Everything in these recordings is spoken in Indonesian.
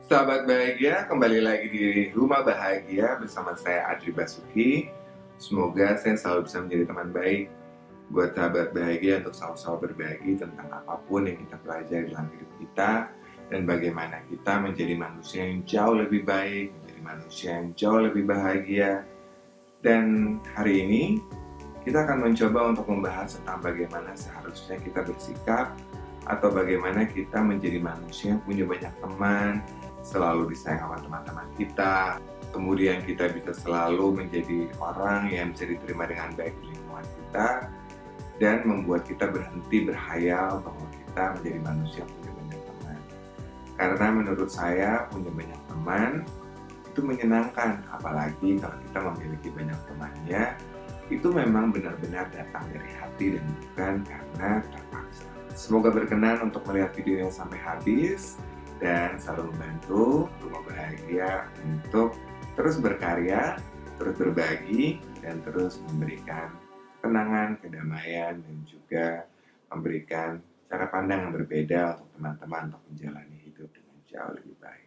Sahabat bahagia, kembali lagi di Rumah Bahagia bersama saya Adri Basuki. Semoga saya selalu bisa menjadi teman baik buat sahabat bahagia untuk selalu berbagi tentang apapun yang kita pelajari dalam hidup kita dan bagaimana kita menjadi manusia yang jauh lebih baik, menjadi manusia yang jauh lebih bahagia. Dan hari ini kita akan mencoba untuk membahas tentang bagaimana seharusnya kita bersikap atau bagaimana kita menjadi manusia yang punya banyak teman, selalu disayang sama teman-teman kita, kemudian kita bisa selalu menjadi orang yang bisa diterima dengan baik di lingkungan kita, dan membuat kita berhenti berhayal bahwa kita menjadi manusia yang punya banyak teman. Karena menurut saya punya banyak teman itu menyenangkan, apalagi kalau kita memiliki banyak temannya, itu memang benar-benar datang dari hati dan bukan karena terpaksa. Semoga berkenan untuk melihat videonya sampai habis dan selalu membantu Rumah Bahagia untuk terus berkarya, terus berbagi, dan terus memberikan kenangan, kedamaian, dan juga memberikan cara pandang yang berbeda untuk teman-teman untuk menjalani hidup dengan jauh lebih baik.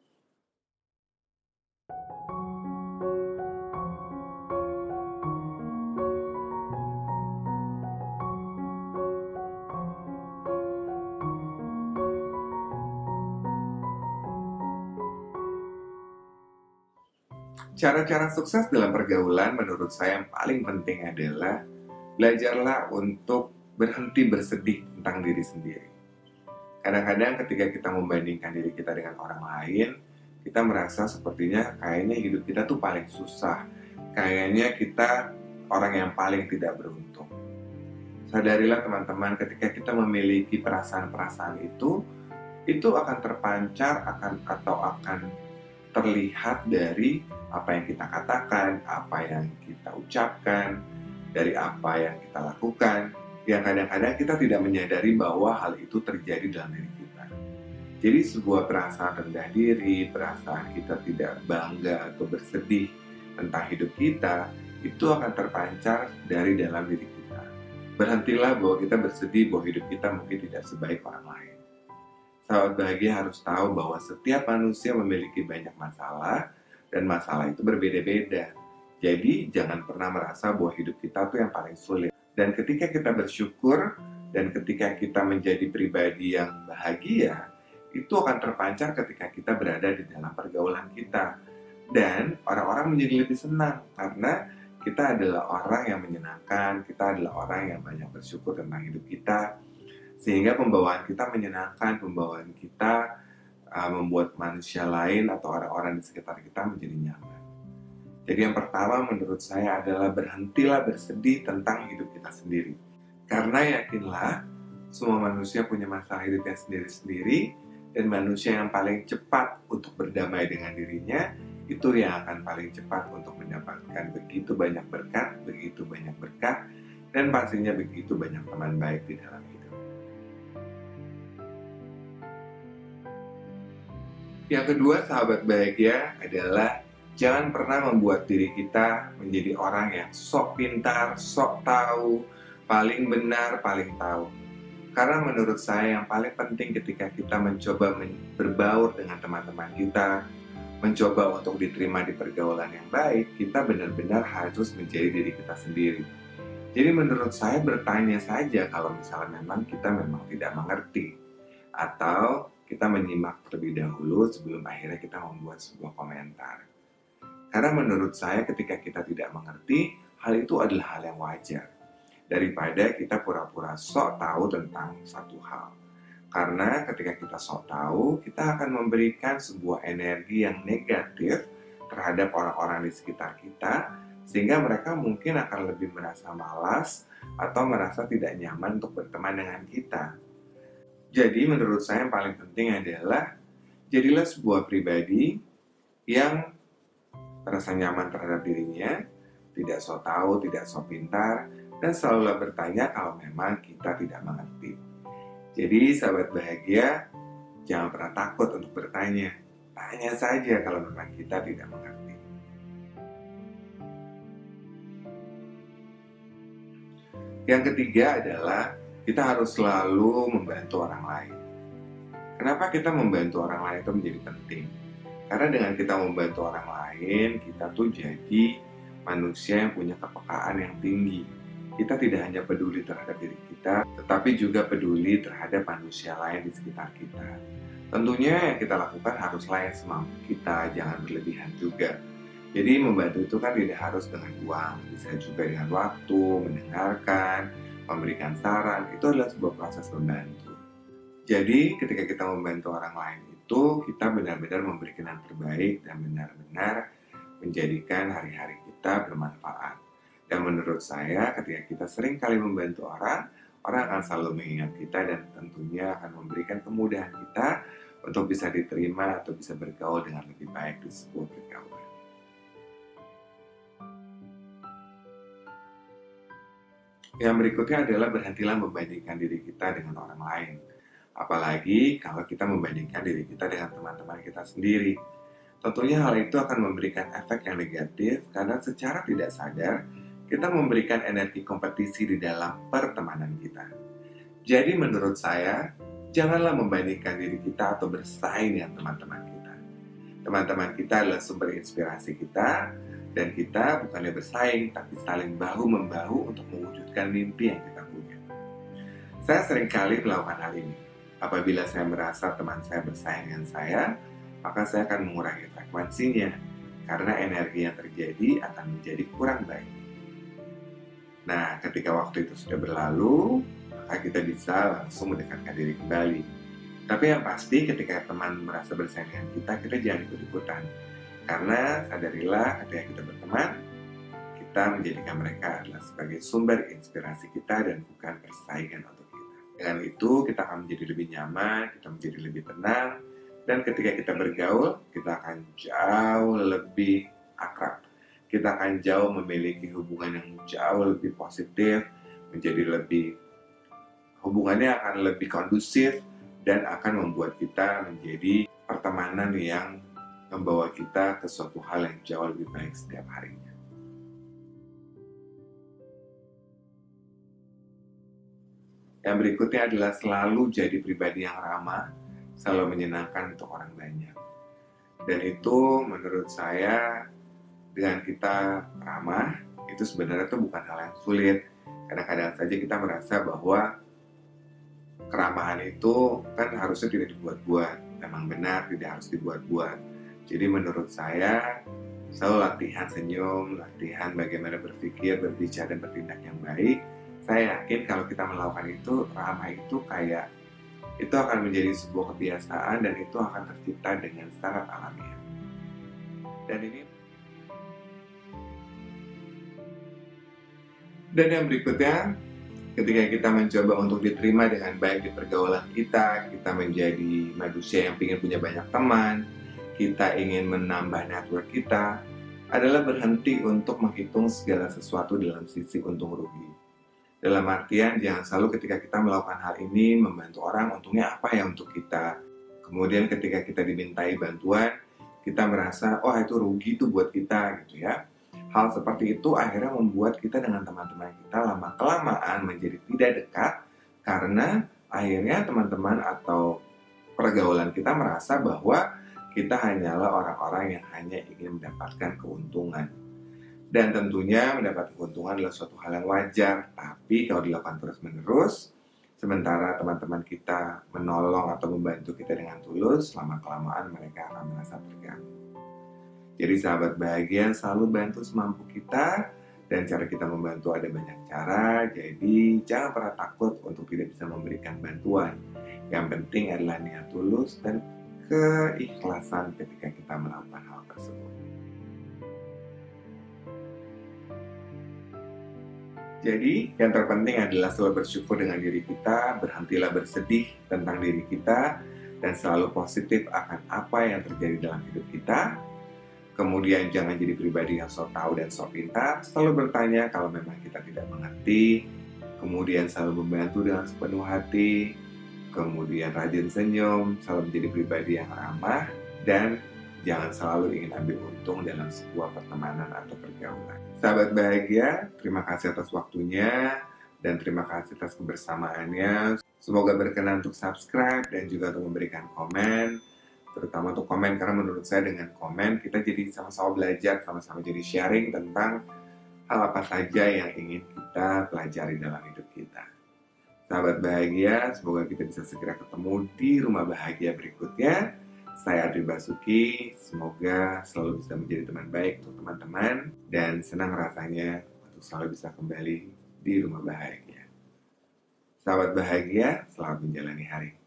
Cara-cara sukses dalam pergaulan menurut saya yang paling penting adalah belajarlah untuk berhenti bersedih tentang diri sendiri. Kadang-kadang ketika kita membandingkan diri kita dengan orang lain, kita merasa sepertinya kayaknya hidup kita tuh paling susah. Kayaknya kita orang yang paling tidak beruntung. Sadarilah teman-teman, ketika kita memiliki perasaan-perasaan itu akan terpancar akan terlihat dari apa yang kita katakan, apa yang kita ucapkan, dari apa yang kita lakukan, yang kadang-kadang kita tidak menyadari bahwa hal itu terjadi dalam diri kita. Jadi sebuah perasaan rendah diri, perasaan kita tidak bangga atau bersedih tentang hidup kita, itu akan terpancar dari dalam diri kita. Berhentilah bahwa kita bersedih bahwa hidup kita mungkin tidak sebaik orang lain. Sahabat bahagia harus tahu bahwa setiap manusia memiliki banyak masalah dan masalah itu berbeda-beda. Jadi jangan pernah merasa bahwa hidup kita tuh yang paling sulit. Dan ketika kita bersyukur dan ketika kita menjadi pribadi yang bahagia, itu akan terpancar ketika kita berada di dalam pergaulan kita. Dan orang-orang menjadi lebih senang karena kita adalah orang yang menyenangkan, kita adalah orang yang banyak bersyukur tentang hidup kita. Sehingga pembawaan kita menyenangkan, pembawaan kita membuat manusia lain atau orang-orang di sekitar kita menjadi nyaman. Jadi yang pertama menurut saya adalah berhentilah bersedih tentang hidup kita sendiri. Karena yakinlah, semua manusia punya masalah hidupnya sendiri-sendiri, dan manusia yang paling cepat untuk berdamai dengan dirinya, itu yang akan paling cepat untuk mendapatkan begitu banyak berkah, dan pastinya begitu banyak teman baik di dalam hidup. Yang kedua, sahabat bahagia, adalah jangan pernah membuat diri kita menjadi orang yang sok pintar, sok tahu, paling benar, paling tahu. Karena menurut saya yang paling penting ketika kita mencoba berbaur dengan teman-teman kita, mencoba untuk diterima di pergaulan yang baik, kita benar-benar harus menjadi diri kita sendiri. Jadi menurut saya bertanya saja kalau misalnya memang kita memang tidak mengerti, atau kita menyimak terlebih dahulu sebelum akhirnya kita membuat sebuah komentar. Karena menurut saya ketika kita tidak mengerti, hal itu adalah hal yang wajar. Daripada kita pura-pura sok tahu tentang satu hal. Karena ketika kita sok tahu, kita akan memberikan sebuah energi yang negatif terhadap orang-orang di sekitar kita, sehingga mereka mungkin akan lebih merasa malas atau merasa tidak nyaman untuk berteman dengan kita. Jadi menurut saya yang paling penting adalah jadilah sebuah pribadi yang merasa nyaman terhadap dirinya, tidak sok tahu, tidak sok pintar, dan selalu bertanya kalau memang kita tidak mengerti. Jadi sahabat bahagia, jangan pernah takut untuk bertanya. Tanya saja kalau memang kita tidak mengerti. Yang ketiga adalah kita harus selalu membantu orang lain. Kenapa kita membantu orang lain itu menjadi penting? Karena dengan kita membantu orang lain, kita tuh jadi manusia yang punya kepekaan yang tinggi. Kita tidak hanya peduli terhadap diri kita, tetapi juga peduli terhadap manusia lain di sekitar kita. Tentunya yang kita lakukan haruslah yang semampu kita, jangan berlebihan juga. Jadi membantu itu kan tidak harus dengan uang, bisa juga dengan waktu, mendengarkan, memberikan saran, itu adalah sebuah proses membantu. Jadi ketika kita membantu orang lain itu, kita benar-benar memberikan yang terbaik dan benar-benar menjadikan hari-hari kita bermanfaat. Dan menurut saya ketika kita sering kali membantu orang, orang akan selalu mengingat kita dan tentunya akan memberikan kemudahan kita untuk bisa diterima atau bisa bergaul dengan lebih baik di sebuah pergaulan. Yang berikutnya adalah berhentilah membandingkan diri kita dengan orang lain. Apalagi kalau kita membandingkan diri kita dengan teman-teman kita sendiri. Tentunya hal itu akan memberikan efek yang negatif karena secara tidak sadar kita memberikan energi kompetisi di dalam pertemanan kita. Jadi menurut saya, janganlah membandingkan diri kita atau bersaing dengan teman-teman kita. Teman-teman kita adalah sumber inspirasi kita, dan kita bukannya bersaing, tapi saling bahu-membahu untuk mewujudkan mimpi yang kita punya. Saya seringkali melakukan hal ini. Apabila saya merasa teman saya bersaing dengan saya, maka saya akan mengurangi frekuensinya, karena energi yang terjadi akan menjadi kurang baik. Nah, ketika waktu itu sudah berlalu, maka kita bisa langsung mendekatkan diri kembali. Tapi yang pasti ketika teman merasa bersaing dengan kita jangan ikut-ikutan. Karena sadarilah ketika kita berteman, kita menjadikan mereka adalah sebagai sumber inspirasi kita dan bukan persaingan untuk kita. Dengan itu kita akan menjadi lebih nyaman, kita menjadi lebih tenang, dan ketika kita bergaul, kita akan jauh lebih akrab. Kita akan jauh memiliki hubungan yang jauh lebih positif, hubungannya akan lebih kondusif, dan akan membuat kita menjadi pertemanan yang membawa kita ke suatu hal yang jauh lebih baik setiap harinya. Yang berikutnya adalah selalu jadi pribadi yang ramah, selalu menyenangkan untuk orang banyak. Dan itu menurut saya, dengan kita ramah, itu sebenarnya itu bukan hal yang sulit. Kadang-kadang saja kita merasa bahwa keramahan itu kan harusnya tidak dibuat-buat. Memang benar, tidak harus dibuat-buat. Jadi menurut saya, selalu latihan senyum, latihan bagaimana berpikir, berbicara, dan bertindak yang baik. Saya yakin kalau kita melakukan itu, ramah itu itu akan menjadi sebuah kebiasaan dan itu akan tercipta dengan sangat alamiah. Dan yang berikutnya, ketika kita mencoba untuk diterima dengan baik di pergaulan kita menjadi manusia yang ingin punya banyak teman, kita ingin menambah network kita, adalah berhenti untuk menghitung segala sesuatu dalam sisi untung rugi. Dalam artian, jangan selalu ketika kita melakukan hal ini, membantu orang, untungnya apa ya untuk kita. Kemudian ketika kita dimintai bantuan, kita merasa, oh itu rugi tuh buat kita gitu ya. Hal seperti itu akhirnya membuat kita dengan teman-teman kita lama-kelamaan menjadi tidak dekat, karena akhirnya teman-teman atau pergaulan kita merasa bahwa kita hanyalah orang-orang yang hanya ingin mendapatkan keuntungan. Dan tentunya mendapatkan keuntungan adalah suatu hal yang wajar, tapi kalau dilakukan terus-menerus, sementara teman-teman kita menolong atau membantu kita dengan tulus, lama-kelamaan mereka akan merasa terganggu. Jadi sahabat bahagia, selalu bantu semampu kita, dan cara kita membantu ada banyak cara, jadi jangan pernah takut untuk tidak bisa memberikan bantuan. Yang penting adalah niat tulus dan keikhlasan ketika kita melakukan hal tersebut. Jadi yang terpenting adalah selalu bersyukur dengan diri kita, berhentilah bersedih tentang diri kita, dan selalu positif akan apa yang terjadi dalam hidup kita. Kemudian jangan jadi pribadi yang sok tahu dan sok pintar, selalu bertanya kalau memang kita tidak mengerti, kemudian selalu membantu dengan sepenuh hati, kemudian rajin senyum, selalu menjadi pribadi yang ramah, dan jangan selalu ingin ambil untung dalam sebuah pertemanan atau pergaulan. Sahabat bahagia, terima kasih atas waktunya, dan terima kasih atas kebersamaannya. Semoga berkenan untuk subscribe dan juga untuk memberikan komen, terutama untuk komen, karena menurut saya dengan komen kita jadi sama-sama belajar, sama-sama jadi sharing tentang hal apa saja yang ingin kita pelajari dalam hidup kita. Sahabat bahagia, semoga kita bisa segera ketemu di rumah bahagia berikutnya. Saya Adri Basuki, semoga selalu bisa menjadi teman baik untuk teman-teman dan senang rasanya untuk selalu bisa kembali di rumah bahagia. Sahabat bahagia, selamat menjalani hari.